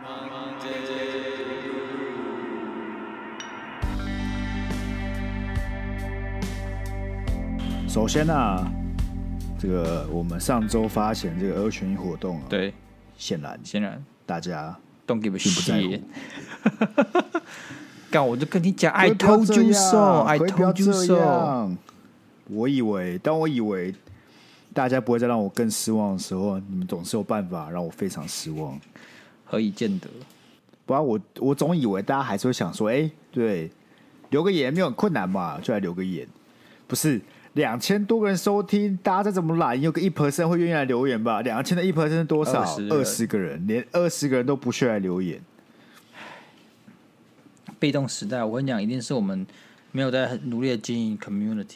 首先啊，这个我们上周发起这个2权1活动啊， 对， 显然大家 don't give a 并不在乎。 干，我就跟你讲 ，I told you so， I told you so。 我以为大家不会再让我更失望的时候，你们总是有办法让我非常失望。 何以见得？ 不然我总以为大家还是会想说，对，留个言没有很困难嘛，就来留个言。不是2000多个人收听，大家再怎么懒，有个1% 会愿意来留言吧？2000的1%是多少？20个人，连20个人都不屑来留言。 被动时代，我跟你讲，一定是我们没有在很努力的经营 community，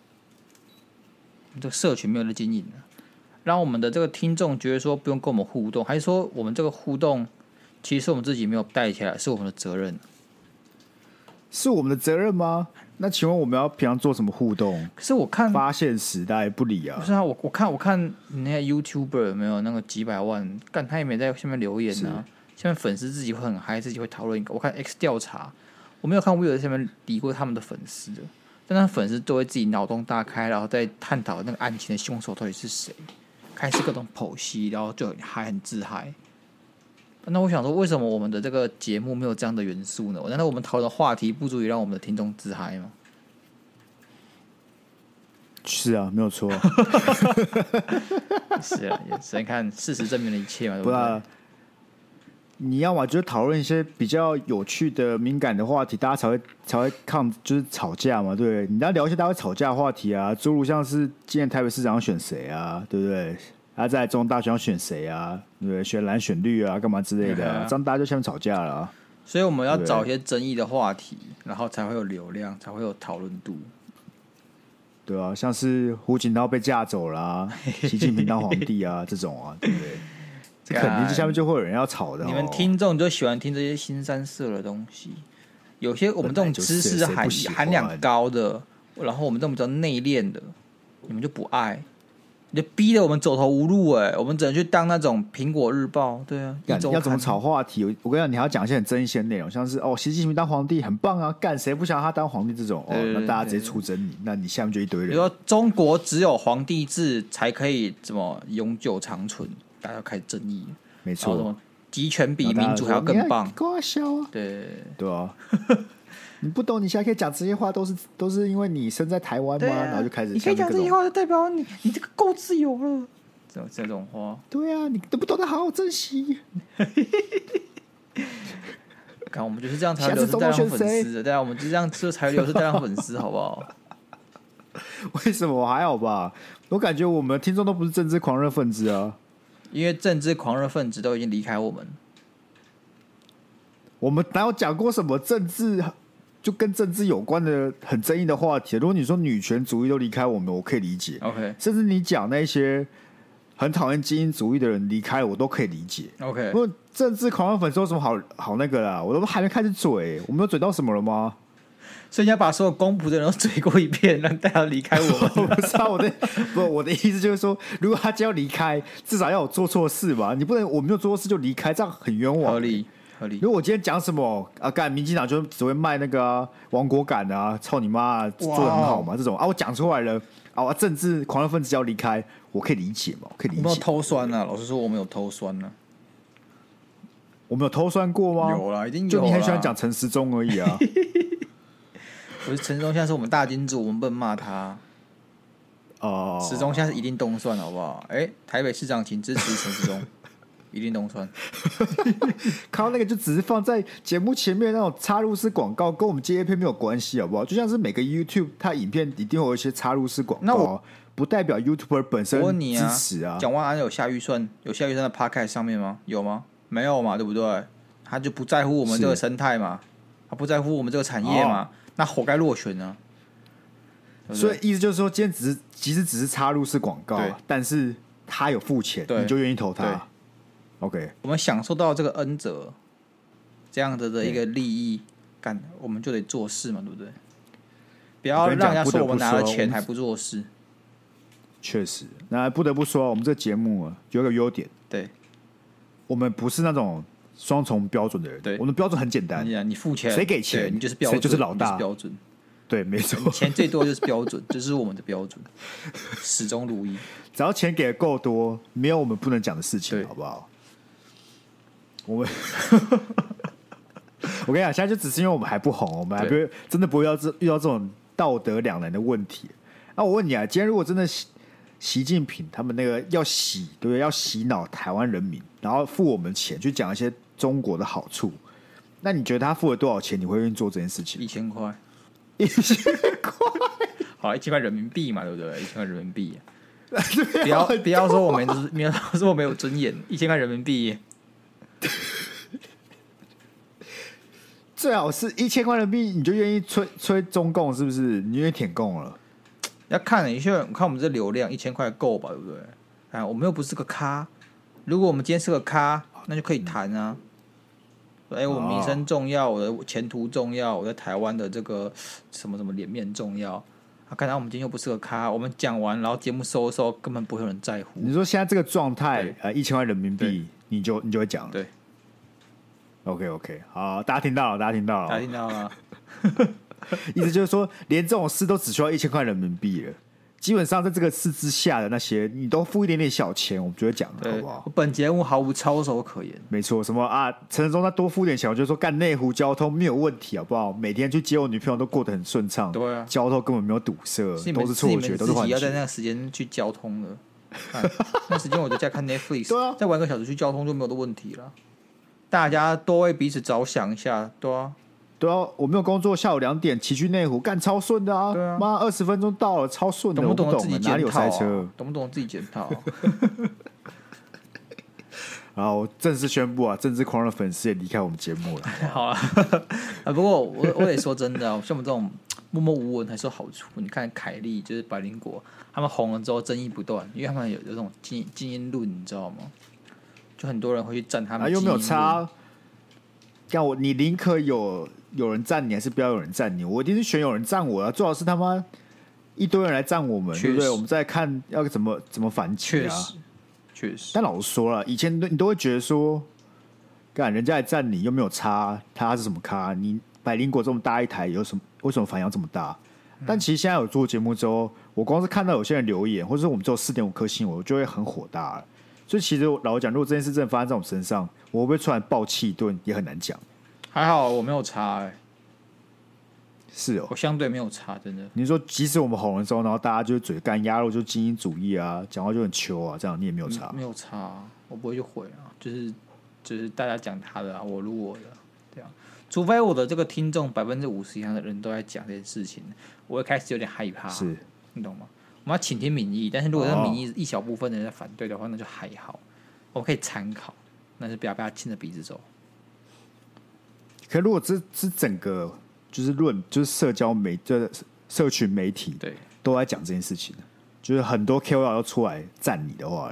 这个社群没有在经营，让我们的这个听众觉得说不用跟我们互动，还是说我们这个互动其实是我们自己没有带起来，是我们的责任？ 是我们的责任吗？那请问我们要平常做什么互动？ 可是我看发现时代不理啊！ 不是啊，我看你那些 YouTuber 有没有那个几百万，干他也没在下面留言啊。下面粉丝自己会很嗨，自己会讨论。我看 X 调查，我没有看 Will 在下面理过他们的粉丝的，但那粉丝都会自己脑洞大开，然后再探讨那个案情的凶手到底是谁，开始各种剖析，然后就很嗨，很自嗨。那我想说，为什么我们的这个节目没有这样的元素呢？难道我们讨论的话题不足以让我们的听众自嗨吗？ 是啊，没有错。 是啊，也只能看事实证明了一切嘛，对不对？ 你要嘛就是讨论一些比较有趣的、敏感的话题，大家才会就是吵架嘛，对不对？你要聊一些大家会吵架的话题啊，诸如像是今年台北市长要选谁啊，对不对？在中大选要选谁啊，对不对？选蓝选绿啊，干嘛之类的啊，这样大家就下面吵架了啊。 所以我们要找一些争议的话题，然后才会有流量，才会有讨论度。 对啊，像是胡锦涛被架走了啊，习近平当皇帝啊，这种啊，对不对？这肯定是下面就会有人要吵的。 你们听众就喜欢听这些新三色的东西，有些我们这种知识含量高的，然后我们这种比较内敛的，你们就不爱，你就逼得我们走投无路我们只能去当那种苹果日报，对啊， 要怎么炒话题？我跟你讲，你还要讲一些很争议性的内容，像是习近平当皇帝很棒啊，干谁不想他当皇帝这种那大家直接出征你，那你下面就一堆人。 比如说中国只有皇帝制才可以怎么永久长存。大家开始争议， 没错， 集权比民主还要更棒， 搞笑啊！对啊，你不懂，你现在可以讲这些话，都是因为你生在台湾吗？然后就开始， 你可以讲这些话，就代表你这个够自由了。这种话， 对啊，你都不懂得好好珍惜。 看，我们就是这样才会流失大量粉丝的，对啊，我们就这样做才会流失大量粉丝，好不好？ 为什么？还好吧，我感觉我们听众都不是政治狂热分子啊。 因为政治狂热分子都已经离开我们， 我们哪有讲过什么政治就跟政治有关的很争议的话题？如果你说女权主义都离开我们，我可以理解。 OK， 甚至你讲那些很讨厌精英主义的人离开，我都可以理解。 OK， 不过政治狂热粉丝有什么好那个啦？我都还没开始嘴，我们有嘴到什么了吗？ 所以你要把所有公仆的人都嘴过一遍，让大家离开我们。 不是啊，我的意思就是说，如果他今天要离开，至少要有做错事吧？你不能我没有做错事就离开，这样很冤枉。 合理。 如果我今天讲什么干民进党就只会卖那个亡国感啊，操你妈，做得很好嘛，这种我讲出来了政治狂热分子要离开，我可以理解嘛？我可以理解。 我没有偷酸啊，老实说我没有偷酸啊。 我没有偷酸过吗？ 有啦，一定有啦。 就你很喜欢讲陈时中而已啊。 不是陈时中现在是我们大金主，我们不能骂他。时中现在是一定动算，好不好？台北市长请支持陈时中，一定动算。 看到那个就只是放在节目前面那种插入式广告，跟我们接业配没有关系，好不好？就像是每个 YouTube 它影片一定会有一些插入式广告，不代表 YouTuber 本身支持啊。 蒋万安有下预算的 Podcast 上面吗？有吗？没有嘛，对不对？他就不在乎我们这个生态嘛，他不在乎我们这个产业嘛，那活该落选呢。 所以意思就是说，今天其实只是插入式广告，但是他有付钱，你就愿意投他。OK， 我们享受到这个恩泽这样的一个利益，干我们就得做事嘛，对不对？不要让人家说我们拿了钱还不做事。 确实，那不得不说，我们这个节目有一个优点， 对， 我们不是那种双重标准的人。 对， 我们的标准很简单， 你付钱， 谁给钱， 你就是标准， 谁就是老大， 标准。 对，没错， 钱最多就是标准，这是我们的标准，始终如一。 只要钱给的够多，没有我们不能讲的事情，好不好？我们，我跟你讲，现在就只是因为我们还不红，我们还不会真的不会遇到这种道德两难的问题。那我问你啊，今天如果真的习近平他们那个要洗，对不对？要洗脑台湾人民，然后付我们钱去讲一些中国的好处，那你觉得他付了多少钱？你会愿意做这件事情 ？1000块 ，1000块， 好，1000块人民币嘛，对不对？1000块人民币，不要说我们不要说我没有尊严，1000块人民币， 最好是1000块人民币，你就愿意吹中共，是不是？你愿意舔共了？ 要看你看我们这流量1000块够吧，对不对？啊，我们又不是个咖，如果我们今天是个咖，那就可以谈啊。我民生重要，我的前途重要，我在台湾的这个什么什么脸面重要。看来我们今天又不是个咖，我们讲完，然后节目收一收，根本不会有人在乎。 你说现在这个状态，1000块人民币，你就会讲了。 对 ，OK， 好，大家听到了。意思就是说，连这种事都只需要1000块人民币了。基本上在这个事之下的那些，你都付一点点小钱，我们就会讲了，好不好？ 本节目毫无操守可言。 没错，什么啊？陈时中他多付点钱，我就说干内湖交通没有问题，好不好？每天去接我女朋友都过得很顺畅， 对啊， 交通根本没有堵塞，都是错觉，都是幻觉。 要在那个时间去交通了，那时间我在家看 Netflix， 对啊， 再玩1个小时去交通就没有的问题了。大家多为彼此着想一下，对啊。 对啊，我没有工作，下午2点骑去内湖，干超顺的啊！妈，20分钟到了，超顺的。 懂不懂自己哪里有塞车？ 懂不懂自己检讨？ 然后正式宣布啊，政治狂热粉丝也离开我们节目了。 好了，不过我得说真的，像我们这种默默无闻还是有好处。你看凯莉就是百灵果，他们红了之后争议不断，因为他们有这种精英论，你知道吗？就很多人会去赞他们， 又没有差。干我，你宁可有人赞你，还是不要有人赞你？我一定是选有人赞我啊！最好是他妈一堆人来赞我们，对不对？我们再看要怎么反击啊！ 确实。 但老实说了，以前你都会觉得说，干人家来赞你又没有差，他是什么咖？你百灵果这么大一台，有什么为什么反应这么大？但其实现在有做节目之后，我光是看到有些人留言，或者是我们只有4.5颗星，我就会很火大了。所以其实老实讲，如果这件事真的发生在我们身上，我会不会突然爆气一顿也很难讲。 还好我没有差是哦， 我相对没有差，真的。 你说即使我们红了之后，然后大家就嘴干鸭肉，就精英主义啊，讲话就很糗啊，这样你也没有差， 没有差，我不会去回啊，就是大家讲他的啊，我录我的，对啊。除非我的这个听众50%以上的人都在讲这件事情，我会开始有点害怕， 是你懂吗？我们要倾听民意，但是如果这民意一小部分的人在反对的话，那就还好，我可以参考，但是不要被他牵着鼻子走。 可如果这整个就是社交社群媒体对都在讲这件事情，就是很多 KOL 要出来赞你的话，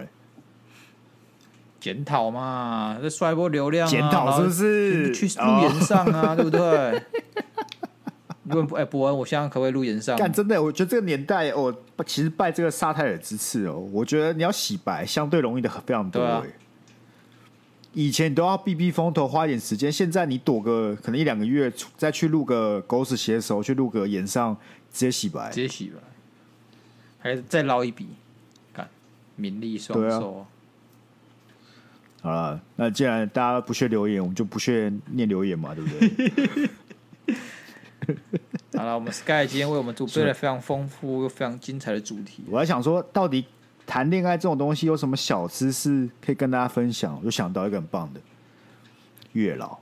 检讨嘛，这刷一波流量、啊， 检讨是不是去路演上啊，对不对？问伯恩，我现在可不可以录演上？ 干真的，我觉得这个年代，其实拜这个沙泰尔之赐哦，我觉得你要洗白相对容易的非常多。啊、以前你都要避避风头，花一点时间，现在你躲个可能1-2个月，再去录个狗屎写手，去录个演上，直接洗白， 还是再捞一笔，干名利双收。啊、 好了，那既然大家不屑留言，我们就不屑念留言嘛，对不对？ 好了，我们 Sky 今天为我们准备了非常丰富又非常精彩的主题。 我在想说，到底谈恋爱这种东西有什么小知识可以跟大家分享？我就想到一个很棒的月老，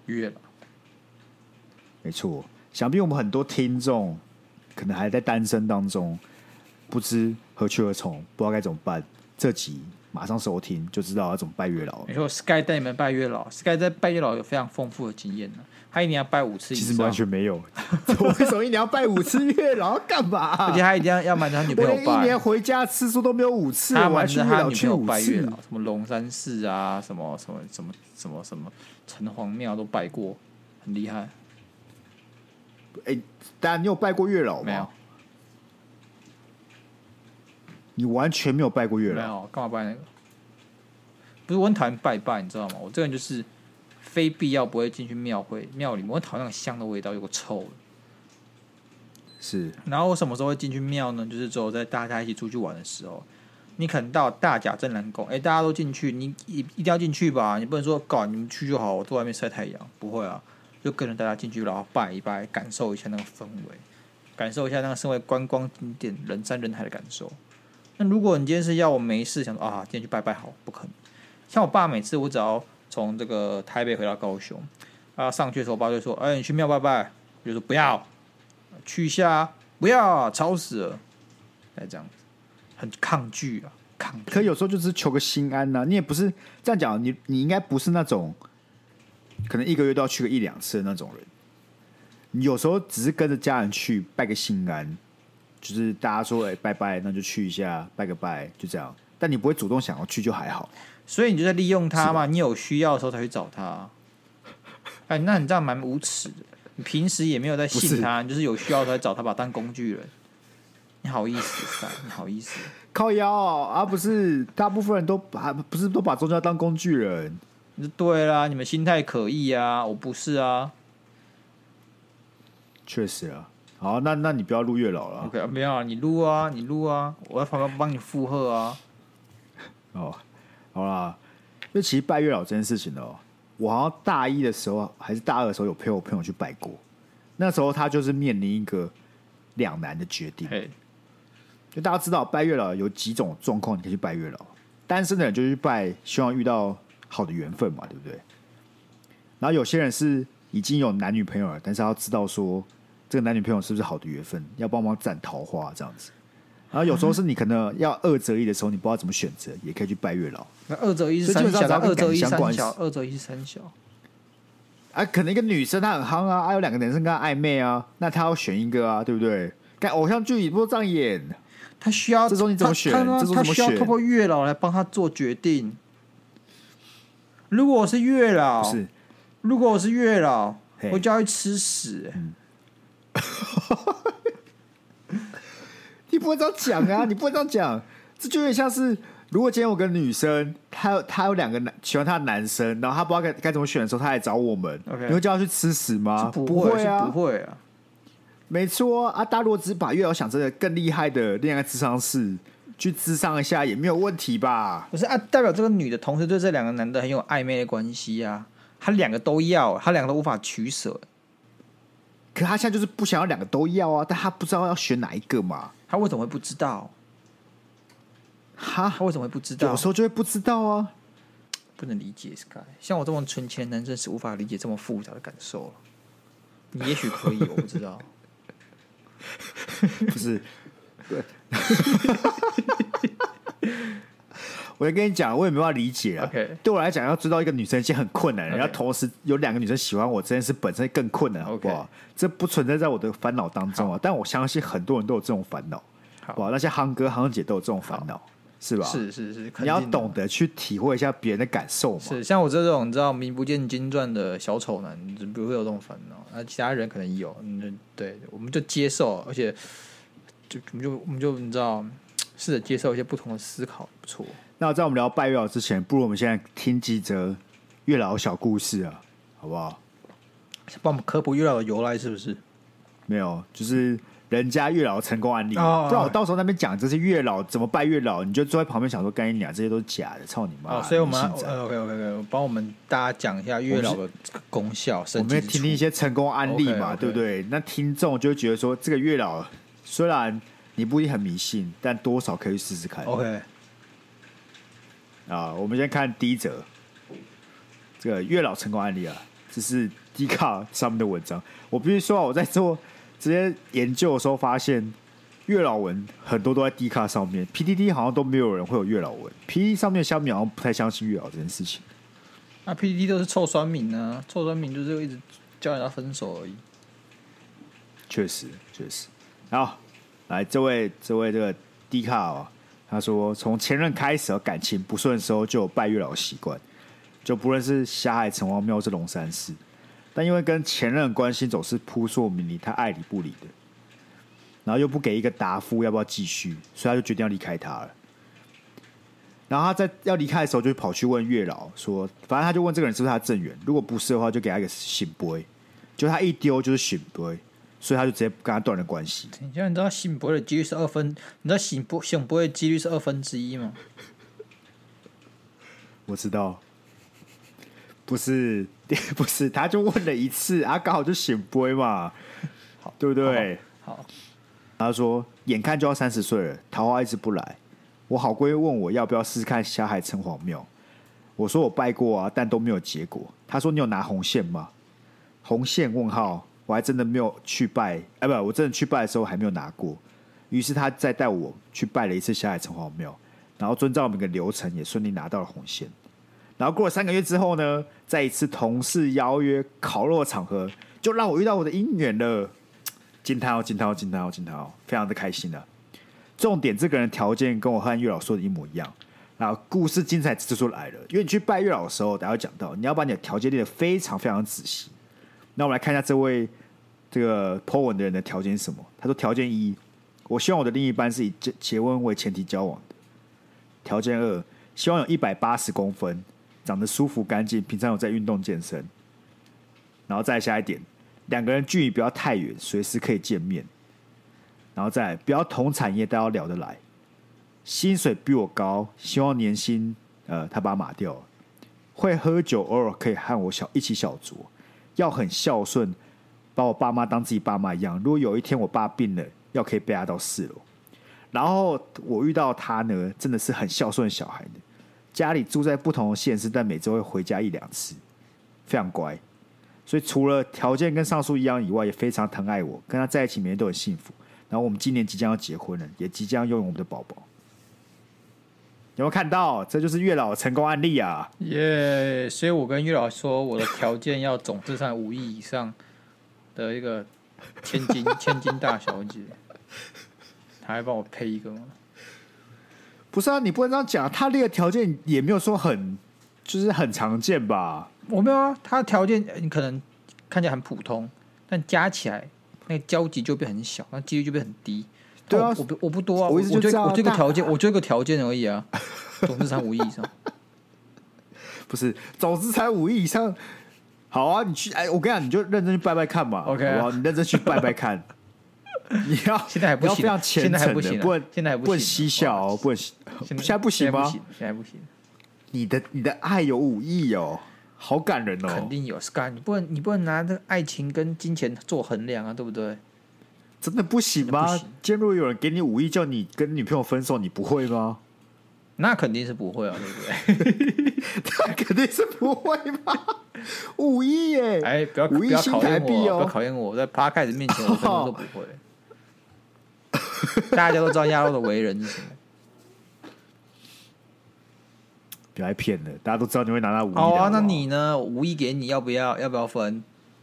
没错。想必我们很多听众可能还在单身当中，不知何去何从，不知道该怎么办。这集马上收听就知道要怎么拜月老。 没错 ，Sky 带你们拜月老。Sky 在拜月老有非常丰富的经验呢。他一年要拜5次以上， 其实完全没有。我为什么一年要拜5次月老？干嘛、 而且他一定要瞒着他女朋友拜。 我一年回家次数都没有5次， 他瞒着他女朋友拜月老，什么龙山寺啊，什么城隍庙都拜过，很厉害。 当然你有拜过月老吗？ 没有。 你完全没有拜过月老？ 没有，干嘛拜那个？不是我很讨厌拜，你知道吗？我这个人就是非必要不会进去庙里面，我讨厌那种香的味道，有个臭的。 是。 然后我什么时候会进去庙呢？就是只有在大家一起出去玩的时候。你可能到大甲镇澜宫，大家都进去，你一定要进去吧？你不能说搞你们去就好，我在外面晒太阳。不会啊，就跟着大家进去，然后拜一拜，感受一下那个氛围，感受一下那个身为观光景点人山人海的感受。那如果你今天是要我没事想说啊，今天去拜拜好，不可能。像我爸每次我只要从这个台北回到高雄，上去的时候，我爸就说：“你去庙拜拜。”我就说：“不要，去一下，不要，吵死了。”才这样子。很抗拒啊，抗拒。 可有时候就是求个心安呐、你也不是这样讲，你应该不是那种可能1个月都要去个1-2次的那种人。你有时候只是跟着家人去拜个心安，就是大家说拜拜，那就去一下拜个拜，就这样。但你不会主动想要去，就还好。 所以你就在利用他嘛，你有需要的时候才去找他。那你这样蛮无耻的。你平时也没有在信他，你就是有需要才找他，把他当工具人。你好意思你好意思？ 靠腰啊，不是，大部分人不是都把宗教当工具人？ 对啦，你们心态可疑啊，我不是啊。 确实啊。好，那你不要录月老了。 OK， 没有啊，你录啊，我在旁边帮你附和啊。 哦，好啦，就其实拜月老这件事情哦，我好像大1的时候还是大2的时候有陪我朋友去拜过。那时候他就是面临一个两难的决定。就大家知道拜月老有几种状况你可以去拜月老，单身的人就去拜，希望遇到好的缘分嘛，对不对？然后有些人是已经有男女朋友了，但是要知道说这个男女朋友是不是好的缘分，要帮忙斩桃花这样子。然后有时候是你可能要2择1的时候，你不知道怎么选择，也可以去拜月老。 那2择1是三小，2择1三小，2择1是三小。 可能一个女生她很夯啊，有2个男生跟她暧昧啊，那她要选一个啊，对不对？看偶像剧也不是这样演。 他需要这时候你怎么选？ 他需要透过月老来帮他做决定。如果我是月老，我就要去吃屎。 你不会这样讲啊！你不会这样讲，这就有点像是，如果今天有个女生，她有2个喜欢她的男生，然后她不知道该怎么选的时候，她来找我们，你会叫她去吃屎吗？ 不会啊，不会啊。 没错啊，大家如果只是把月老想真的更厉害的恋爱咨商师去咨商一下，也没有问题吧？ 不是啊，代表这个女的同时对这2个男的很有暧昧的关系啊，她2个都要，她2个都无法取舍。 可她现在就是不想要2个都要啊，但她不知道要选哪一个嘛？ 她为什么会不知道？ 她为什么会不知道？ 有时候就会不知道啊， 不能理解 Sky。像我这么纯情的男生是无法理解这么复杂的感受了。你也许可以，我不知道。 不是，我就跟你讲，我也没办法理解啊。 Okay. 对我来讲，要追到一个女生已经很困难了，然后同时有2个女生喜欢我，这件事本身更困难，好不好？ 这不存在在我的烦恼当中啊。但我相信很多人都有这种烦恼，哇，那些夯哥夯姐都有这种烦恼，是吧？ 是， 你要懂得去体会一下别人的感受嘛。 是，像我这种你知道名不见经传的小丑男，就不会有这种烦恼。其他人可能有，对，我们就接受，而且我们就你知道，试着接受一些不同的思考，不错。 那在我们聊拜月老之前，不如我们现在听几则月老小故事啊，好不好？ 帮我们科普月老的由来是不是？ 没有，就是人家月老成功案例，不然我到时候那边讲这些月老怎么拜月老，你就坐在旁边想说干你娘，这些都是假的，操你妈！ 所以我们OK，帮我们大家讲一下月老的功效， 我们听听一些成功案例嘛， okay. 对不对？那听众就会觉得说，这个月老虽然你不一定很迷信，但多少可以试试看。 OK， 我们先看第一则，这个月老成功案例啊，这是 Dcard 上面的文章。我必须说，我在做这些研究的时候发现，月老文很多都在 Dcard 上面 ，PTT 好像都没有人会有月老文 ，PTT 上面的乡民好像不太相信月老这件事情。 那 PTT 都是臭酸民啊，臭酸民就是一直叫人家分手而已。 确实。好，来这位这个 Dcard 他说，从前任开始感情不顺的时候就有拜月老的习惯，就不论是霞海城隍庙是龙山寺，但因为跟前任的关系总是扑朔迷离，他爱理不理的，然后又不给一个答复要不要继续，所以他就决定要离开他了。 然后他在要离开的时候，就跑去问月老说，反正他就问这个人是不是他的正缘，如果不是的话，就给他一个醒杯，就他一丢就是醒杯，所以他就直接跟他断了关系。 你知道醒杯的几率是你知道醒杯的几率是1/2吗？ 我知道，不是，他就问了一次啊，刚好就醒杯嘛，对不对？ 好， 他说眼看就要30岁了，桃花一直不来。我好闺蜜问我要不要试试看霞海城隍庙，我说我拜过啊，但都没有结果。他说你有拿红线吗？红线？问号，我还真的没有去拜，不，我真的去拜的时候还没有拿过。于是他再带我去拜了一次霞海城隍庙，然后遵照每个流程也顺利拿到了红线。然后过了3个月之后呢，在一次同事邀约烤肉的场合，就让我遇到我的姻缘了。惊叹哦，惊叹哦，惊叹哦，惊叹哦，非常的开心啊！重点，这个人条件跟我和月老说的一模一样。然后故事精彩之处来了，因为你去拜月老的时候，大家讲到你要把你的条件列得非常非常仔细。那我们来看一下这位这个 po 文的人的条件是什么？他说条件1，我希望我的另一半是以结婚为前提交往的。条件2，希望有180公分，长得舒服干净，平常有在运动健身。然后再下一点，2个人距离不要太远，随时可以见面。然后再来不要同产业，但要聊得来。薪水比我高，希望年薪他把它码掉了。会喝酒，偶尔可以和我一起小酌。要很孝顺，把我爸妈当自己爸妈一样。如果有一天我爸病了，要可以背他到4楼。然后我遇到他呢，真的是很孝顺的小孩的，家里住在不同的县市，但每周会回家1-2次，非常乖。所以除了条件跟上述一样以外，也非常疼爱我，跟他在一起每天都很幸福。然后我们今年即将要结婚了，也即将拥有我们的宝宝。有没有看到？这就是月老的成功案例啊！ 耶、所以我跟月老说，我的条件要总资产5亿以上的一个千金大小姐，他还帮我配一个吗？ 不是啊，你不能这样讲。他列的条件也没有说就是很常见吧？ 我没有啊，他的条件你可能看起来很普通，但加起来那个交集就变很小，那几率就变很低。 对啊， 我不多啊，我就一个条件，我就一个条件而已啊，总资产5亿以上。 不是总资产5亿以上，好啊，你去我跟你讲，你就认真去拜拜看嘛 ，OK，、啊、 好不好？你认真去拜拜看。你要现在还不行， 非常虔诚的， 现在还不行，现在还不能嬉笑哦，不能现在不行吗？ 现在不行。 你的爱有5亿哦，好感人哦， 肯定有 Sky， 你不能拿这个爱情跟金钱做衡量啊，对不对？ 真的不行吗？今天如果有人给你5亿，叫你跟女朋友分手，你不会吗？ 那肯定是不会啊，对不对？ 他肯定是不会吗？5亿耶！ 哎，不要考验我，不要考验我，在 Podcast 面前我真的都不会。大家都知道亚洲的为人是什么。 不要再骗了，大家都知道你会拿到5亿。 好啊，那你呢？5亿给你，要不要分？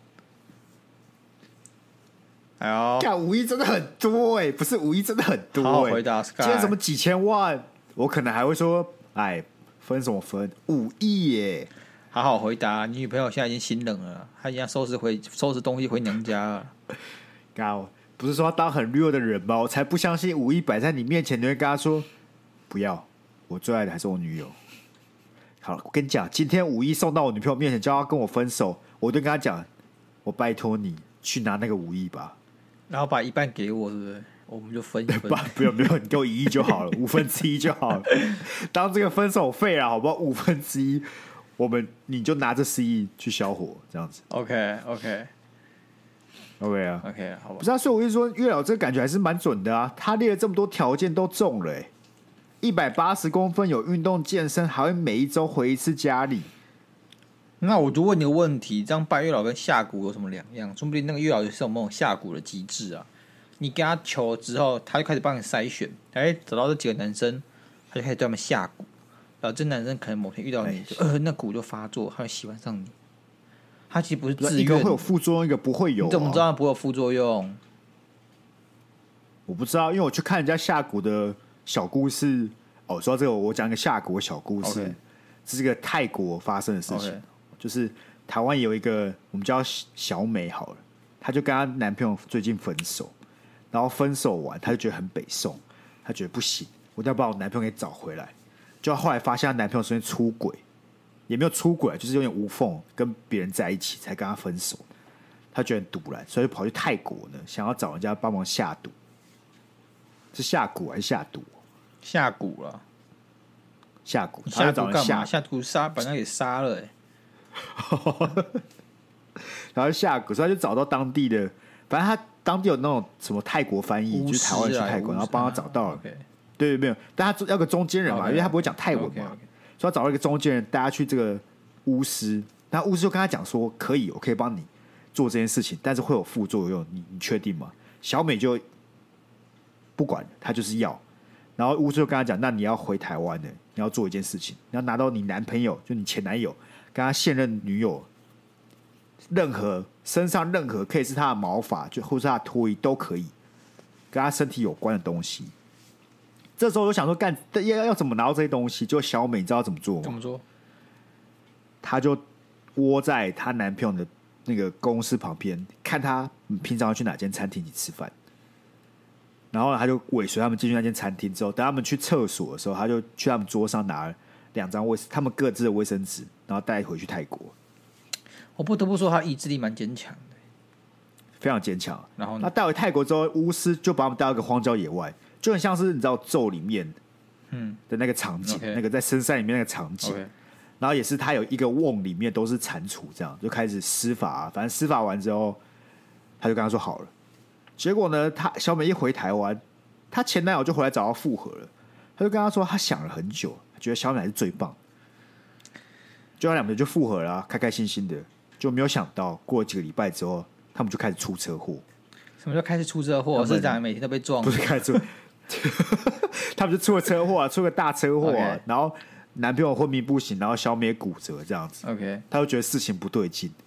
哎呦， 干5亿真的很多哎，不是5亿真的很多哎。 好好回答 Sky， 今天什么几千万，我可能还会说，哎，分什么分？5亿耶！ 好好回答，你女朋友现在已经心冷了，她已经收拾东西回娘家了。 高，不是说当很 real 的人吗？我才不相信5亿摆在你面前，你会跟他说不要，我最爱的还是我女友。好，我跟你讲，今天5亿送到我女朋友面前，叫她跟我分手，我就跟她讲，我拜托你去拿那个5亿吧， 然后把一半给我，对不对？我们就分一分。 不用，你给我1亿就好了，1/5就好了，当这个分手费啊，好不好？1/5，你就拿这10亿去销火，这样子。 OK 啊 ，OK 好吧。 不是啊，所以我就说月老这个感觉还是蛮准的啊，他列了这么多条件都中了，180公分，有运动健身，还会每一周回一次家里。 那我就问你个问题，这样拜月老跟下蛊有什么两样？说不定那个月老是有那种下蛊的机制啊。你跟他求之后，他就开始帮你筛选，找到这几个男生，他就开始对他们下蛊。然后这男生可能某天遇到你，那蛊就发作，他会喜欢上你。他其实不是自愿， 一个会有副作用，一个不会有、啊。 你怎么知道不会有副作用？ 我不知道，因为我去看人家下蛊的小故事。哦，说到这个，我讲一个下蛊的小故事。 Okay. 这是个泰国发生的事情。 Okay. 就是台湾有一个我们叫小美好了，她就跟她男朋友最近分手，然后分手完，她就觉得很北宋，她觉得不行，我一定要把我男朋友给找回来。 就后来发现她男朋友身边出轨，也没有出轨，就是有点无缝跟别人在一起，才跟她分手。她觉得很堵然，所以就跑去泰国呢，想要找人家帮忙下毒。是下蛊还是下毒？ 下蛊了， 下蛊。 下蛊干嘛？下蛊杀，把他给杀了然后下蛊，所以他就找到当地的，反正他当地有那种什么泰国翻译，就是台湾去泰国，然后帮他找到了。对，没有，但他要个中间人嘛，因为他不会讲泰文嘛，所以他找到一个中间人，带他去这个巫师。那巫师就跟他讲说：“可以，我可以帮你做这件事情，但是会有副作用，你确定吗？”小美就不管，他就是要。然后巫师就跟他讲：“那你要回台湾的，你要做一件事情，你要拿到你男朋友，就你前男友跟他现任女友，任何身上任何可以是他的毛发，就或是他的脱衣都可以，跟他身体有关的东西。”这时候我就想说，要怎么拿到这些东西？就小美，你知道怎么做吗？ 怎么做？ 她就窝在她男朋友的那个公司旁边，看他平常要去哪间餐厅一起吃饭。然后他就尾随他们进去那间餐厅之后，等他们去厕所的时候，他就去他们桌上拿了2张他们各自的卫生纸，然后带回去泰国。 我不得不说，他意志力蛮坚强的， 非常坚强。 然后他带回泰国之后，巫师就把他们带到一个荒郊野外，就很像是你知道咒里面的那个场景，那个在深山里面那个场景。然后也是他有一个瓮里面都是蟾蜍，这样就开始施法。反正施法完之后，他就跟他说好了。结果呢，小美一回台湾，她前男友就回来找她复合了。他就跟她说，他想了很久，觉得小美还是最棒。就他两个人就复合了，开开心心的。就没有想到，过了几个礼拜之后，他们就开始出车祸。 什么叫开始出车祸？是讲每天都被撞？ 不是开始出，他们就出了车祸，出个大车祸，然后男朋友昏迷不醒，然后小美骨折这样子。他就觉得事情不对劲。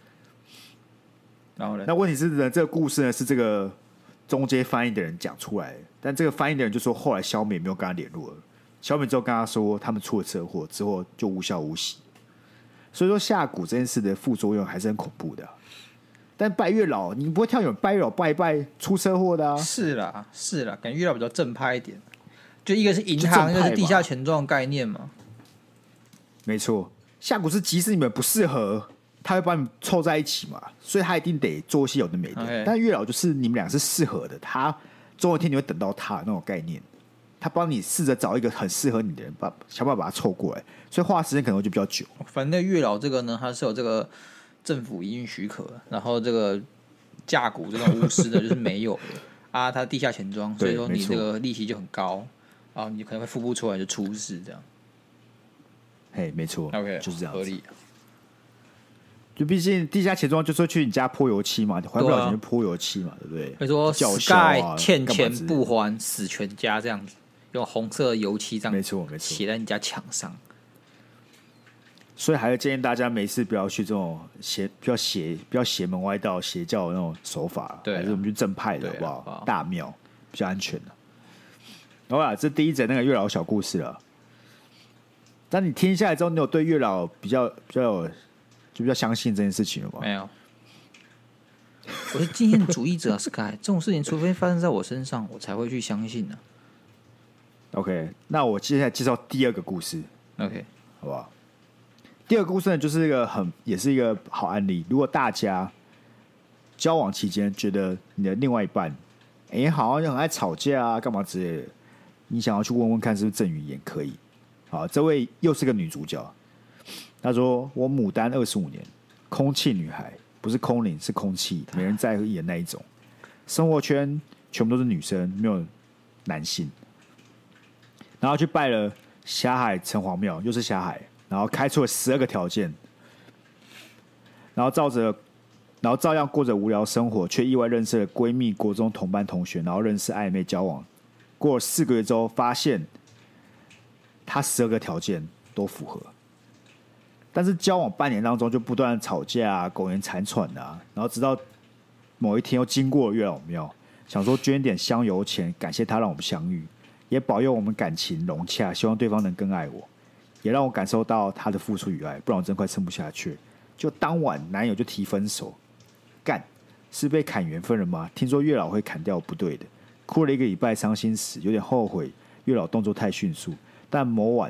然后呢？ 那问题是呢，这个故事呢是这个中间翻译的人讲出来的，但这个翻译的人就说，后来小美没有跟他联络了。小美之后跟他说，他们出了车祸之后就无消无息。所以说下蛊这件事的副作用还是很恐怖的。但拜月老，你不会跳有拜月老拜一拜出车祸的啊？ 是啦，感觉月老比较正派一点。就一个是银行，一个是地下钱庄概念嘛。 没错，下蛊是即使你们不适合，他会把你们凑在一起嘛，所以他一定得做一些有的没的。但月老就是你们俩是适合的，他总有一天你会等到他那种概念，他帮你试着找一个很适合你的人，想办法把他凑过来，所以花的时间可能就比较久。 反正月老这个呢，它是有这个政府营运许可，然后这个架股这种巫师的就是没有的啊，它地下钱庄，所以说你这个利息就很高啊，你可能会付不出来就出事这样。 嘿，没错 ，OK， 就是这样， 合理。 就毕竟地下钱庄就说去你家泼油漆嘛，你还不了钱就泼油漆嘛，对不对？ 所以说 Sky 欠钱不还，死全家这样子，用红色的油漆这样， 没错， 写在你家墙上。 所以还是建议大家没事不要去这种比较邪门歪道、邪教的那种手法， 对， 还是我们去正派的好不好？大庙比较安全的。好啦，这第一则那个月老小故事了。但你听下来之后，你有对月老比较相信这件事情了吗？ 没有。我是经验主义者 Sky， 这种事情除非发生在我身上，我才会去相信的。 OK， 那我接下来介绍第二个故事。 OK， 好不好？第二个故事呢，就是也是一个好案例。如果大家交往期间觉得你的另外一半，好像很爱吵架啊，干嘛之类的，你想要去问问看是不是郑语言可以。好，这位又是个女主角。她说：“我牡丹25年，空气女孩，不是空灵，是空气，没人在意的那一种。生活圈全部都是女生，没有男性。然后去拜了霞海城隍庙，又是霞海，然后开出了12个条件，然后照样过着无聊生活，却意外认识了闺蜜、国中同班同学，然后认识暧昧交往。过了4个月之后，发现她12个条件都符合。”但是交往半年当中就不断吵架啊，苟延残喘啊，然后直到某一天又经过了月老庙，想说捐点香油钱感谢他让我们相遇，也保佑我们感情融洽，希望对方能更爱我，也让我感受到他的付出与爱，不然我真快撑不下去。就当晚男友就提分手，干是被砍缘分了吗？听说月老会砍掉不对的，哭了1个礼拜，伤心死，有点后悔月老动作太迅速，但某晚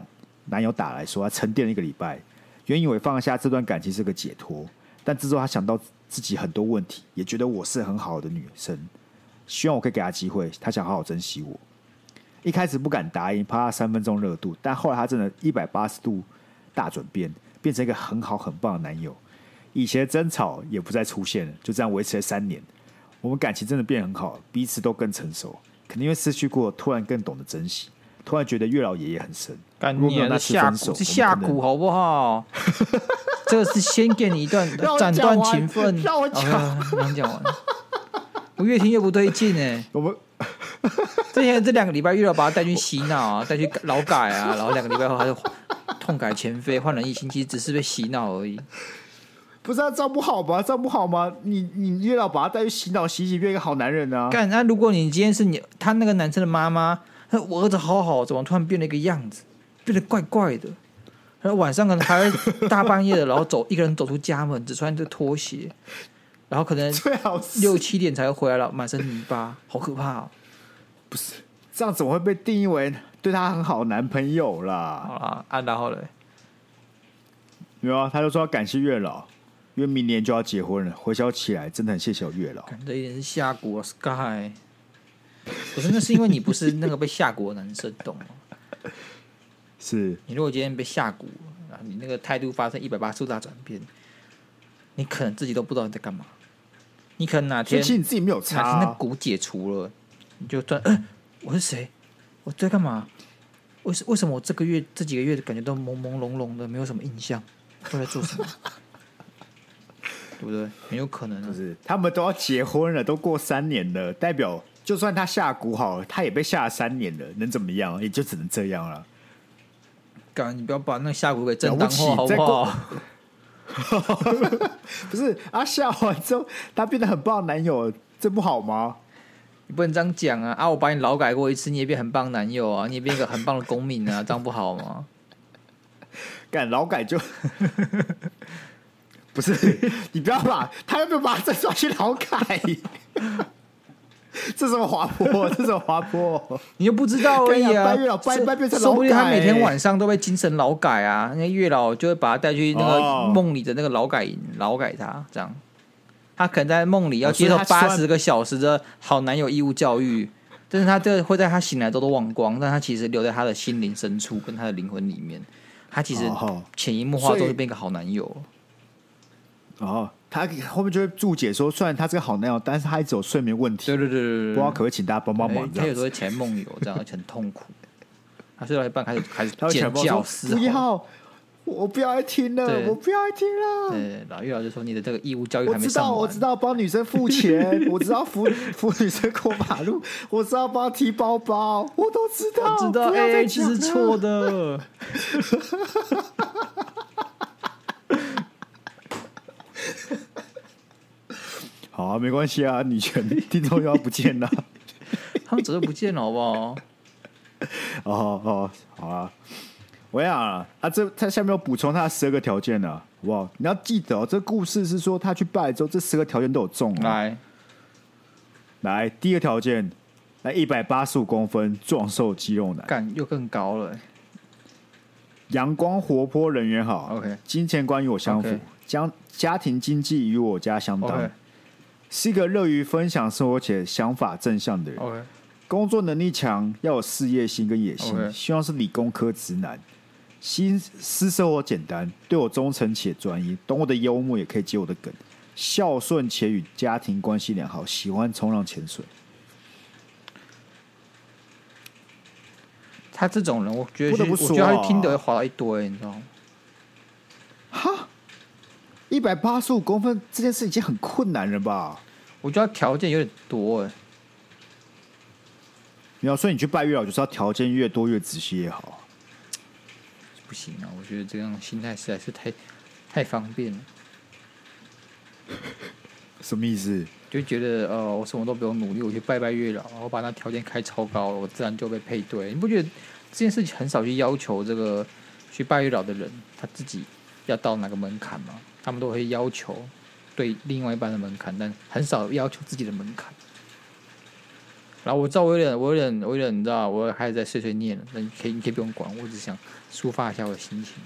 男友打来说他沉淀了1个礼拜，原以为放下这段感情是个解脱，但之后他想到自己很多问题，也觉得我是很好的女生，希望我可以给他机会，他想好好珍惜我。一开始不敢答应，怕他3分钟热度，但后来他真的180度大转变，变成一个很好很棒的男友。以前的争吵也不再出现了，就这样维持了3年。我们感情真的变很好，彼此都更成熟。可能因为失去过，突然更懂得珍惜，突然觉得月老爷爷很神。 干你的下蛊是下蛊好不好？这个是先给你一段斩断情分。 让我讲， 让我讲完。我越听越不对劲哎。 我们之前这2个礼拜，月老把他带去洗脑啊，带去劳改啊，然后2个礼拜后他就痛改前非，换人一星期，只是被洗脑而已。 不是这样不好吗？这样不好吗？你月老把他带去洗脑，洗变一个好男人啊！ 干，那如果你今天是他那个男生的妈妈，我儿子好好，怎么突然变了一个样子，变得怪怪的？然后晚上可能还会大半夜的，然后一个人走出家门，只穿着拖鞋，然后可能6、7点才会回来了，满身泥巴，好可怕哦！ 不是这样，怎么会被定义为对他很好的男朋友啦？ 好啦，然后嘞， 没有啊，他就说要感谢月老。因为明年就要结婚了，回想起来真的很谢谢我月老。 这一点是下蛊 Sky， 不是，那是因为你不是那个被下蛊的男生，懂吗？ 是你如果今天被下蛊，你那个态度发生180度大转变，你可能自己都不知道你在干嘛。你可能哪天， 其实你自己没有差、 哪天那蛊解除了，你就突然，我是谁？我在干嘛？为什么我这几个月的感觉都朦朦胧胧的，没有什么印象，都在做什么？对不对？很有可能啊。 就是他们都要结婚了，都过3年了，代表就算他下蛊好了，他也被下了3年了，能怎么样？也就只能这样了。 干，你不要把那个下蛊给正当化，好不好？ 不是啊，下完之后他变得很棒的男友，这不好吗？ 你不能这样讲啊！我把你劳改过一次，你也变很棒的男友啊，你也变一个很棒的公民啊，这样不好吗？ 干劳改就。不是，你不要把他又没有把他抓去劳改，这什么滑坡？这什么滑坡？ 你又不知道而已啊！ 拜月老拜变成劳改， 说不定他每天晚上都被精神劳改啊！那月老就会把他带去那个梦里的那个劳改营，劳改他这样。他可能在梦里要接受80个小时的好男友义务教育，但是他这会在他醒来都忘光，但他其实留在他的心灵深处跟他的灵魂里面，他其实潜移默化都会变一个好男友。 他后面就会注解说，虽然他是个好男友，但是他一直有睡眠问题。 对，不知道可不可以请大家帮忙？ 他有时候会起来梦游，这样而且很痛苦。他睡到一半开始尖叫嘶吼， 不要，我不要再听了，我不要再听了。 对，然后月老就说你的这个义务教育还没上完。 我知道帮女生付钱，我知道扶女生过马路，我知道帮提包包，我都知道。 我知道 AA 是错的。 好啊，没关系啊，女权听众又要不见了， 他们早就不见了，好不好？ 好啊。我想啊，他下面有补充他的12个条件啊，好不好？你要记得这故事是说他去拜之后，这10个条件都有中啊。来，第一个条件，来185公分，壮硕肌肉男， 干又更高了。 阳光活泼，人缘好。 OK， 金钱观与我相符，家庭经济与我家相当。 Okay， 是一个乐于分享生活且想法正向的人。 Okay， 工作能力强，要有事业心跟野心。 Okay， 希望是理工科直男。私生活简单，对我忠诚且专一，懂我的幽默也可以接我的梗。孝顺且与家庭关系良好，喜欢冲浪潜水。 他这种人，我觉得我觉得他听得会滑到一堆，你知道吗？ 哈，185公分这件事已经很困难了吧？ 我觉得他条件有点多没有，所以你去拜月老就是要条件越多越仔细越好。 不行啊，我觉得这样心态实在是太方便了。 什么意思？ 就觉得我什么都不用努力，我去拜月老，我把那条件开超高了，我自然就被配对。你不觉得这件事情很少去要求这个去拜月老的人他自己要到哪个门槛吗？他们都会要求对另外一半的门槛，但很少要求自己的门槛。 然后我知道我有点，你知道，我还在碎碎念了。那你可以不用管，我只想抒发一下我的心情。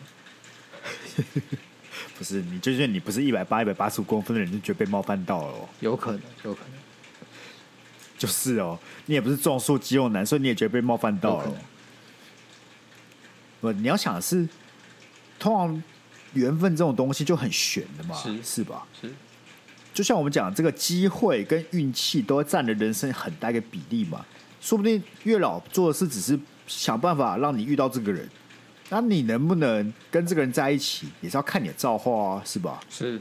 不是你，就是你不是185公分的人，就觉得被冒犯到了哦。 有可能。 就是哦，你也不是壮硕肌肉男，所以你也觉得被冒犯到了。不，你要想的是，通常缘分这种东西就很悬的嘛，是吧？ 是。 就像我们讲，这个机会跟运气都会占了人生很大一个比例嘛。说不定月老做的事只是想办法让你遇到这个人，那你能不能跟这个人在一起，也是要看你的造化啊，是吧？ 是。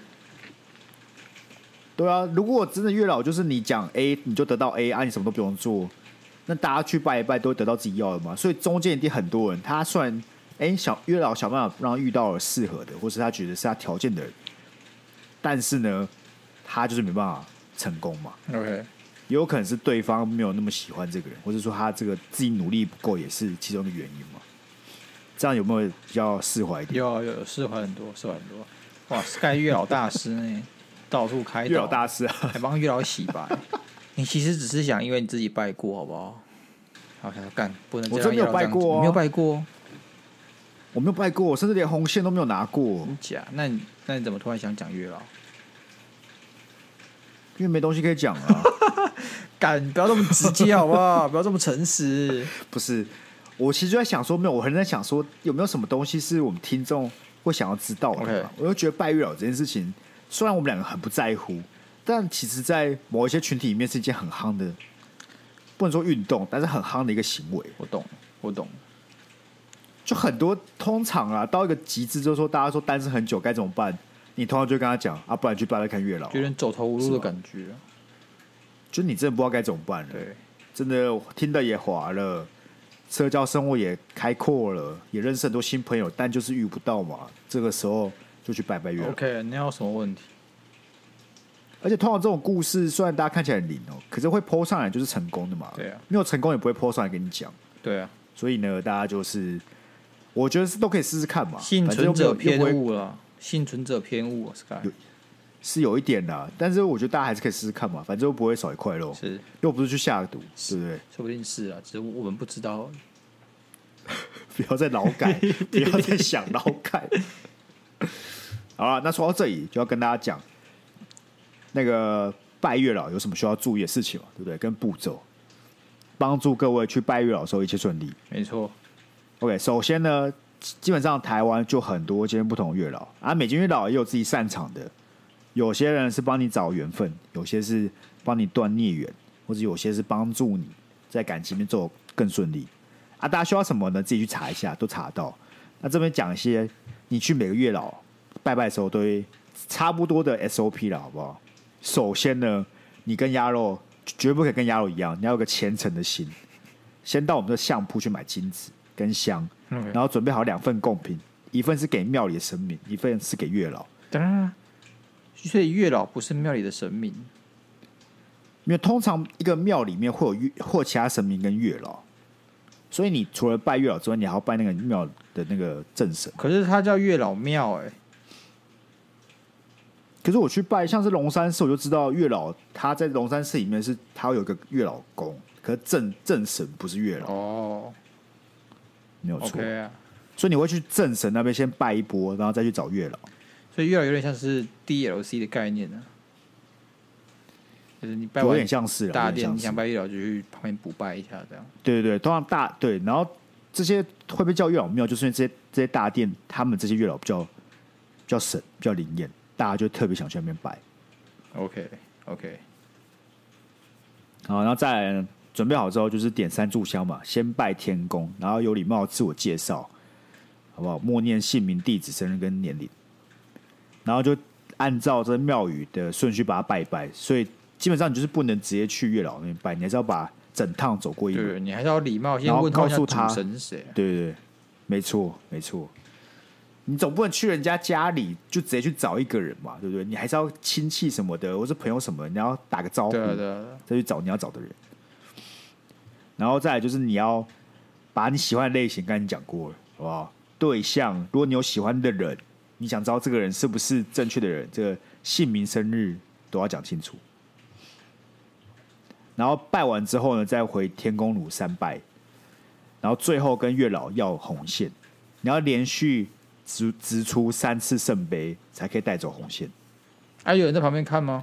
对啊，如果真的月老就是你讲 A 你就得到 A 啊，你什么都不用做，那大家去拜一拜都会得到自己要的嘛。所以中间一定很多人，他虽然月老想办法让他遇到了适合的，或是他觉得是他条件的人，但是呢，他就是没办法成功嘛。 OK， 也有可能是对方没有那么喜欢这个人，或者说他这个自己努力不够，也是其中的原因嘛。这样有没有比较释怀一点？ 有释怀很多。哇 ，Sky 月老大师呢？到处开导， 月老大师啊， 还帮月老洗白。你其实只是想，因为你自己拜过，好不好？好想干，不能这样。 我真没有拜过、啊， 你没有拜过， 我没有拜过，我甚至连红线都没有拿过。 假？那你怎么突然想讲月老？ 因为没东西可以讲啊。 干，不要这么直接好不好？不要这么诚实。 不是，我其实就在想说，没有，我很在想说，有没有什么东西是我们听众会想要知道的嘛？ Okay. 我就觉得拜月老这件事情。虽然我们两个很不在乎，但其实，在某一些群体里面是一件很夯的，不能说运动，但是很夯的一个行为。 我懂。就很多通常啊，到一个极致，就是说大家说单身很久该怎么办？你通常就跟他讲啊，不然去拜拜看月老， 有点走投无路的感觉。 就你真的不知道该怎么办了。 对， 真的听的也滑了，社交生活也开阔了，也认识很多新朋友，但就是遇不到嘛。这个时候。就去拜拜月老。 OK， 你有什么问题？ 而且通常这种故事，虽然大家看起来很灵哦，可是会 po 上来就是成功的嘛。 对啊， 没有成功也不会 po 上来跟你讲。 对啊， 所以呢，大家就是，我觉得是都可以试试看嘛。 幸存者偏误了，幸存者偏误 ，Sky 是有一点的，但是我觉得大家还是可以试试看嘛，反正又不会少一块肉， 是又不是去下毒，对不对？ 说不定是啊，只是我们不知道。 不要再劳改，不要再想劳改。好了，那说到这里就要跟大家讲，那个拜月老有什么需要注意的事情嘛？对不对？跟步骤，帮助各位去拜月老的时候一切顺利。 没错。 OK， 首先呢，基本上台湾就很多间不同的月老啊，每间月老也有自己擅长的。有些人是帮你找缘分，有些是帮你断孽缘，或者有些是帮助你在感情里面走更顺利啊。大家需要什么呢？自己去查一下，都查得到。那这边讲一些，你去每个月老拜拜的时候都会差不多的 SOP 了，好不好？首先呢，你跟鸭肉绝不可以跟鸭肉一样，你要有个虔诚的心，先到我们的相铺去买金子跟香，然后准备好2份贡品，一份是给庙里的神明，一份是给月老。 当然，所以月老不是庙里的神明， 因为通常一个庙里面会有其他神明跟月老，所以你除了拜月老之外，你还要拜那个庙的那个正神。 可是它叫月老庙哎。 可是我去拜，像是龙山寺，我就知道月老他在龙山寺里面是他有一个月老宫，可是正神不是月老哦， 没有错。 Okay 啊， 所以你会去正神那边先拜一波，然后再去找月老。 所以月老有点像是 DLC 的概念呢，就是你拜完有点像是大殿，你想拜月老就去旁边补拜一下这样。 对对对，通常对，然后这些会被叫月老庙，就是因为这些大殿，他们这些月老比较神，比较灵验。大家就特别想去那边拜。 OK， 好，然后再来呢，准备好之后就是点3炷香嘛，先拜天公，然后有礼貌自我介绍，好不好？默念姓名、地址、生日跟年龄，然后就按照这庙宇的顺序把它拜一拜。所以基本上你就是不能直接去月老那边拜，你还是要把整趟走过一轮。 对，你还是要礼貌，先问告诉他主神是谁。 对对对，没错没错。你总不能去人家家里就直接去找一个人嘛，对不对？你还是要亲戚什么的，或是朋友什么的，你要打个招呼，再去找你要找的人。然后再来就是你要把你喜欢的类型，刚才你讲过了，好不好？对象，如果你有喜欢的人，你想知道这个人是不是正确的人，这个姓名、生日都要讲清楚。 然后拜完之后呢，再回天公炉参拜，然后最后跟月老要红线，你要连续掷出3次圣杯才可以带走红线。 有人在旁边看吗？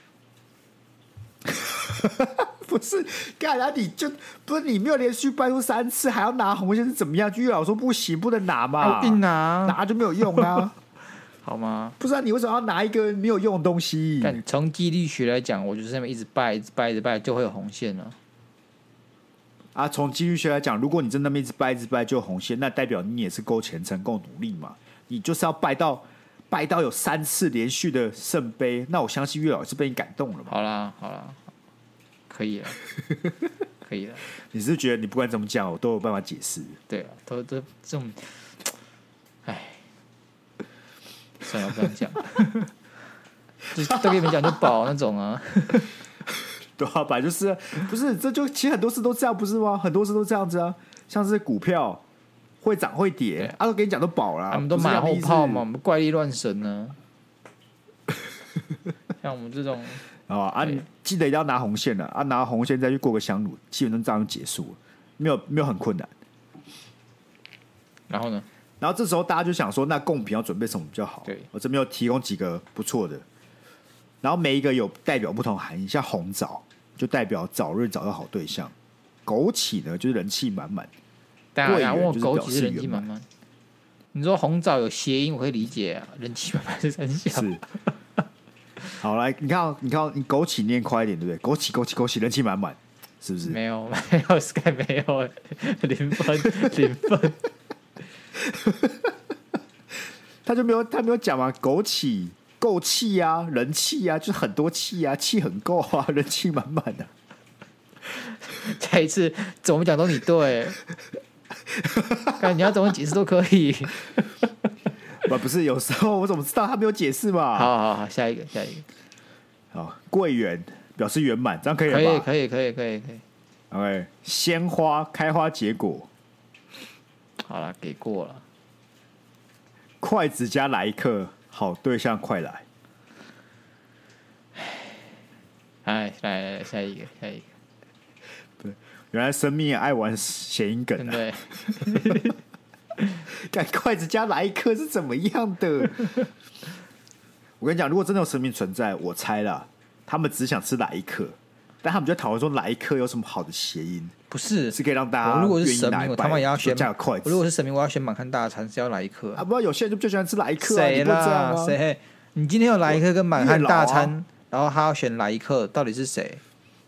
不是，干啊！你就不是你没有连续拜出3次，还要拿红线是怎么样？月老说不行，不能拿嘛， 硬拿， 拿就没有用啊， 好吗？ 不是啊，你为什么要拿一个没有用的东西？ 但从几率学来讲，我就是那么一直拜，一直拜，一直拜，就会有红线了。 啊，从几率学来讲，如果你真的一直拜一直拜就有红线，那代表你也是够虔诚、够努力嘛。你就是要拜到有3次连续的圣杯，那我相信月老是被你感动了嘛。 好啦，可以了，可以了。 你是觉得你不管怎么讲，我都有办法解释？ 对啊，都这种，哎，算了，不要讲，都跟你们讲就饱那种啊。 对啊，本来就是不是？这就其实很多事都这样，不是吗？很多事都这样子啊，像是股票会涨会跌，都跟你讲都饱了， 我们都马后炮嘛，我们怪力乱神呢。像我们这种你记得一定要拿红线了啊！拿红线再去过个香炉，基本上这样就结束了，没有很困难。 然后呢？ 然后这时候大家就想说，那贡品要准备什么比较好？ 对， 我这边有提供几个不错的，然后每一个有代表不同含义，像红枣就代表早日找到好对象，枸杞呢就是人气满满， 大家问我枸杞是人气满满。你说红枣有谐音，我可以理解啊，人气满满是三小。 是。好，来，你看，你枸杞念快一点，对不对？枸杞，人气满满，是不是？ 没有，Sky 没有，0分。 他没有讲嘛，枸杞够气啊，人气啊，就是很多气啊，气很够啊，人气满满的。 再一次怎么讲都你对，你要怎么解释都可以。 不是，有时候我怎么知道他没有解释嘛？ 好，下一个。 好，桂圆表示圆满，这样可以了吧？ 可以。 OK， 鲜花开花结果， 好了，给过了。 筷子加来客，好对象快来。 来，下一个。 对，原来生命爱玩谐音梗啊！ 对。 干筷子加来客是怎么样的？我跟你讲，如果真的有生命存在，我猜啦，他们只想吃来客，但他们就讨论说来客有什么好的谐音？ 不是， 是可以让大家如果是神明，我他妈也要选加筷子。 如果是神明，我要选满汉大餐，是要来客啊！不然有些人就比较喜欢吃来客啊， 谁啦？谁？你今天有来客跟满汉大餐，然后他要选来客，到底是谁？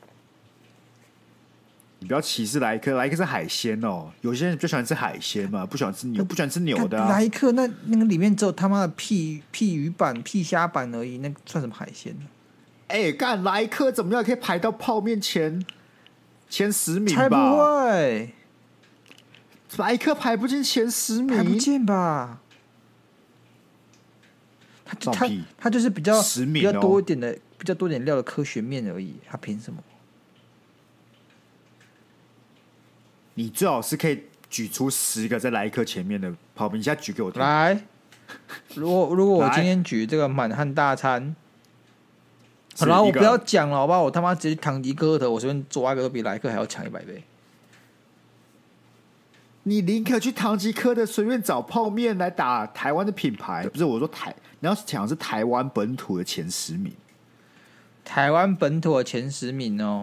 你不要歧视来客，来客是海鲜哦。有些人就喜欢吃海鲜嘛，不喜欢吃牛，不喜欢吃牛的、啊。 来客那个里面只有他妈的屁鱼板、屁虾板而已，那算什么海鲜呢？ 干来客怎么样可以排到泡面前10名吧？ 才不会， 来客排不进前10名， 排不进吧？他就是比较 10名、 比较多一点料的科学面而已，他凭什么？ 你最好是可以举出10个在来客前面的泡面，你现在举给我听。 来，如果我今天举这个满汉大餐，然后我不要讲了，好不好？我他妈直接堂吉诃德，我随便抓一个都比来客还要强100倍。 你宁可去堂吉诃德随便找泡面来打台湾的品牌，不是我说你要讲的是台湾本土的前10名。 台湾本土的前10名哦。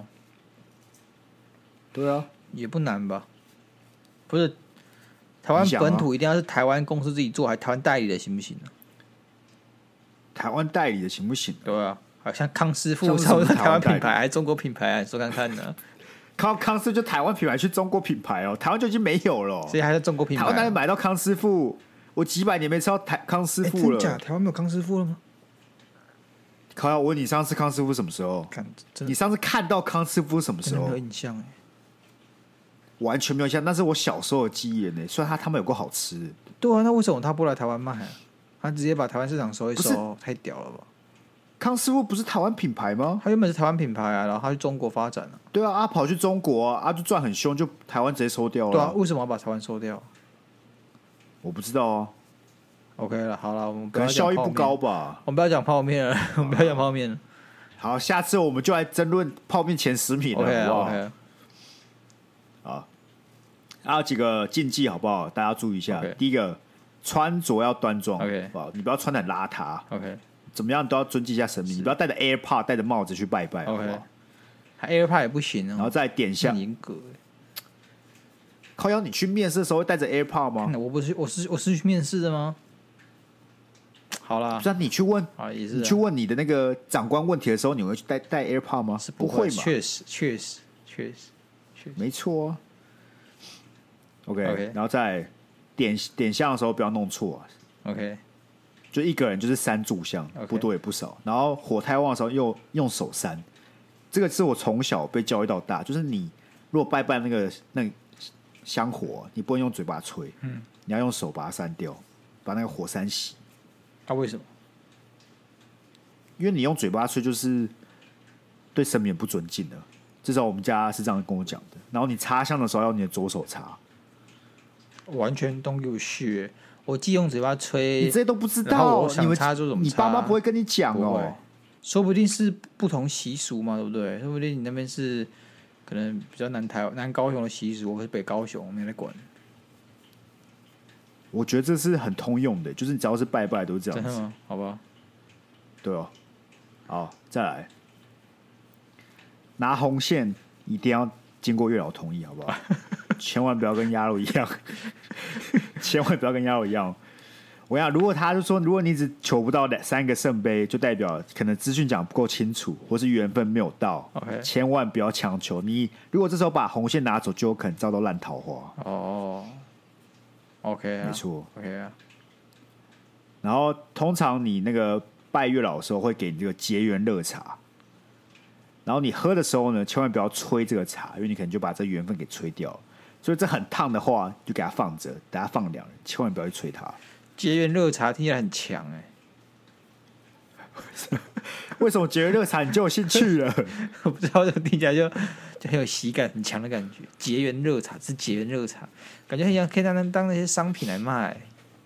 对啊。 也不难吧？不是，台湾本土一定要是台湾公司自己做，还台湾代理的行不行呢？ 台湾代理的行不行？ 对啊，好像康师傅是台湾品牌还是中国品牌啊？你说看看呢？ 康师傅就台湾品牌去中国品牌哦，台湾就已经没有了， 所以还是中国品牌。 台湾哪里买到康师傅？我几百年没吃到康师傅了。 真假？台湾没有康师傅了吗？ 靠！我问你，上次康师傅什么时候？你上次看到康师傅什么时候？ 没有印象完全没有印象，那是我小时候的记忆呢。虽然他们有够好吃。 对啊，那为什么他不来台湾卖啊？他直接把台湾市场收一收，太屌了吧？ 康师傅不是台湾品牌吗？ 他原本是台湾品牌啊，然后他去中国发展了。 对啊，跑去中国啊，就赚很凶，就台湾直接收掉了。 对啊，为什么要把台湾收掉？ 我不知道啊。 OK 了，好了，我们可能效益不高吧。 我们不要讲泡面了，我们不要讲泡面了。 好，下次我们就来争论泡面前10名了 OK 好不好 OK 好，还有几个禁忌好不好？大家注意一下。 OK 第一个，穿着要端庄 OK 好不好？你不要穿得很邋遢， OK 怎么样都要尊敬一下神明，你不要戴着 AirPod 戴着帽子去拜拜好不 OK， 好？ 还 AirPod 也不行哦， 然后再点很香。 严格。 靠腰，你去面试的时候会带着 AirPod 吗？ 我不是我是去面试的吗？好啦不，是、啊，你去问啊也是啊你去问你的那个长官问题的时候，你会去带 AirPod 吗？ 是不会嘛？ 确实， 没错、啊。OK，, OK 然后再点香的时候不要弄错、啊， OK 就一个人就是3炷香 OK 不多也不少。然后火太旺的时候又用手扇，这个是我从小被教育到大，就是你如果拜那个香火，你不能用嘴巴吹，你要用手把它扇掉，把那个火扇熄。 啊，为什么？ 因为你用嘴巴吹就是对神明不尊敬的，至少我们家是这样跟我讲的。然后你插香的时候要用你的左手插， 完全don't give a shit。我既用嘴巴吹， 你这些都不知然后道， 我想你们插就怎么插你爸妈不会跟你讲不会哦。 说不定是不同习俗嘛，对不对？说不定你那边是可能比较南高雄的习俗，或是北高雄，我没来管。 我觉得这是很通用的，就是你只要是拜拜都是这样子， 真的吗？好吧， 对哦。好，再来，拿红线一定要经过月老同意，好不好？千万不要跟鸭肉一样，千万不要跟鸭肉一样。我跟你讲，如果他就说，如果你只求不到3个圣杯，就代表可能资讯讲不够清楚，或是缘分没有到。 OK 千万不要强求。你如果这时候把红线拿走，就有可能遭到烂桃花。 哦，OK 啊， 没错。 ，OK 啊， 然后通常你那个拜月老的时候会给你这个结缘热茶，然后你喝的时候呢，千万不要吹这个茶，因为你可能就把这缘分给吹掉了。所以这很烫的话，就给它放着，等它放凉了，千万不要去吹它。 结缘热茶听起来很强哎、 为什么结缘热茶你就有兴趣了？ 我不知道，这听起来就很有喜感，很强的感觉。结缘热茶是结缘热茶，感觉很像可以当那些商品来卖，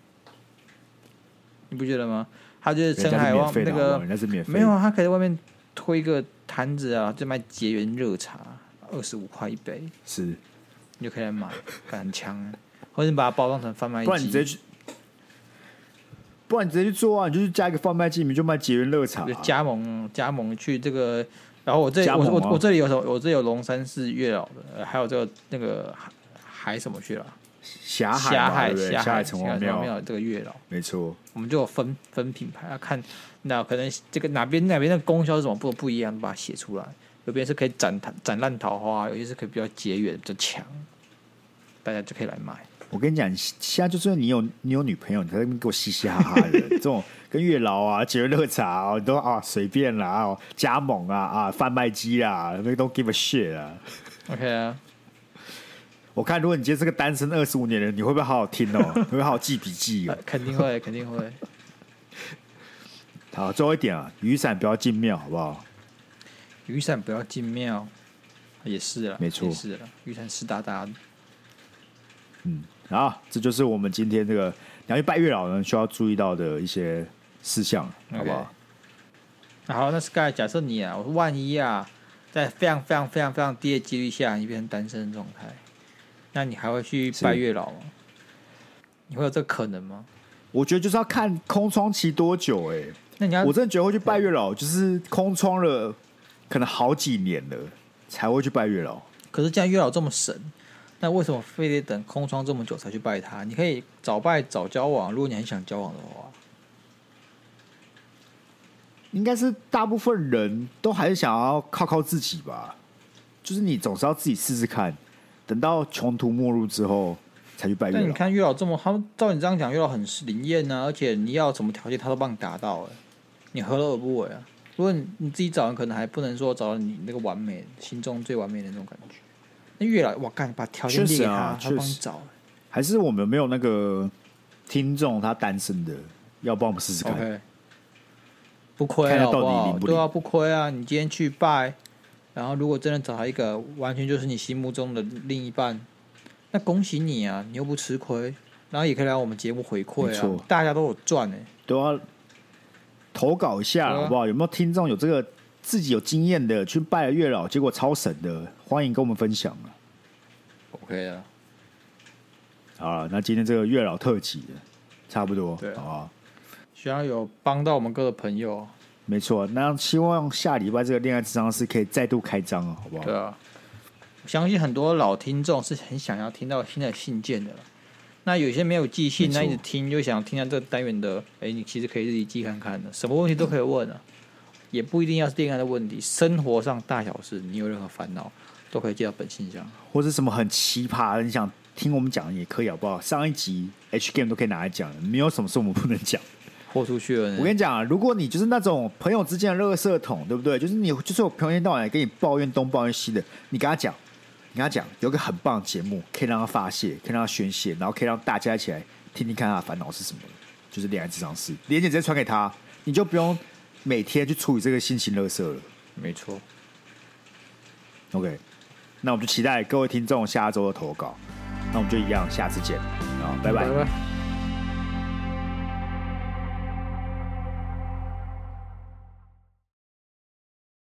你不觉得吗？他就是陈海旺那个人家是免费的， 没有啊，他可以在外面推一个摊子啊，就卖结缘热茶，25块一杯， 是， 你就可以来买，很强啊。或者你把它包装成贩卖机， 不然你直接去。不然你直接去做啊！你就去加一个贩卖机，里面就卖结缘热茶、啊， 就加盟去这个。然后我这、 啊、 我这里有什么？我这里有龙山寺月老的，还有这个那个海什么去了？ 霞海城隍庙这个月老， 没错。 我们就有分品牌啊，看那可能这个哪边的功效是什么不一样，把它写出来。有边是可以斩烂桃花，有些是可以比较结缘、比较强，大家就可以来买。 我跟你讲，现在就算你有女朋友，你在那边给我嘻嘻哈哈的，这种跟月老啊、结缘热茶啊，你都随便啦，加盟贩卖机啊，那都 give a shit 啊。 OK 啊， 我看如果你今天是个单身25年的人，你会不会好好听哦？你会不会好好记笔记哦？ 肯定会，肯定会。 好，最后一点啊，雨伞不要进庙，好不好？ 雨伞不要进庙，也是了， 没错， 也是了，雨伞湿哒哒的。 好，这就是我们今天这个你要去拜月老呢需要注意到的一些事项，好不好？ 好，那 Sky， 假设你啊，我说万一啊，在非常非常非常非常低的几率下，你变成单身的状态，那你还会去拜月老吗？你会有这个可能吗？ 我觉得就是要看空窗期多久那你要， 我真的觉得会去拜月老，就是空窗了可能好几年了才会去拜月老。 可是既然月老这么神，那为什么非得等空窗这么久才去拜他？你可以早拜早交往，如果你很想交往的话。 应该是大部分人都还是想要靠自己吧，就是你总是要自己试试看，等到穷途末路之后才去拜月老。 但你看月老这么，他们照你这样讲，月老很灵验啊，而且你要什么条件他都帮你达到，你何乐而不为啊？如果你自己找人，可能还不能说找到你那个完美、心中最完美的那种感觉。那月老，哇干，把条件列给他，他帮你找。 还是我们没有那个听众，他单身的，要帮我们试试看。 Okay. 不亏啊，好不好？对啊，不亏啊！你今天去拜，然后如果真的找到一个完全就是你心目中的另一半，那恭喜你啊，你又不吃亏，然后也可以来我们节目回馈啊，大家都有赚都要投稿一下好不好？有没有听众有这个自己有经验的去拜了月老，结果超神的，欢迎跟我们分享啊。 OK 啊， 好了，那今天这个月老特辑差不多， 对， 好不好？ 希望有帮到我们各个朋友。 没错，那希望下礼拜这个恋爱智商是可以再度开张啊，好不好？ 对啊，我相信很多老听众是很想要听到新的信件的了。那有些没有寄信，那一直听就想听到这个单元的，你其实可以自己寄看看的，什么问题都可以问啊，也不一定要是恋爱的问题，生活上大小事，你有任何烦恼都可以寄到本信箱， 或是什么很奇葩的，你想听我们讲也可以，好不好？上一集 H Game 都可以拿来讲，没有什么是我们不能讲。 豁出去了呢。 我跟你讲啊，如果你就是那种朋友之间的垃圾桶，对不对？就是你就是有朋友一天到晚跟你抱怨东抱怨西的，你跟他讲，有个很棒的节目，可以让他发泄，可以让他宣泄，然后可以让大家一起来听听看他的烦恼是什么，就是恋爱智商室，连结直接传给他，你就不用每天去处理这个心情垃圾了。 没错。 OK， 那我们就期待各位听众下周的投稿。那我们就一样，下次见，好，拜拜。 拜拜。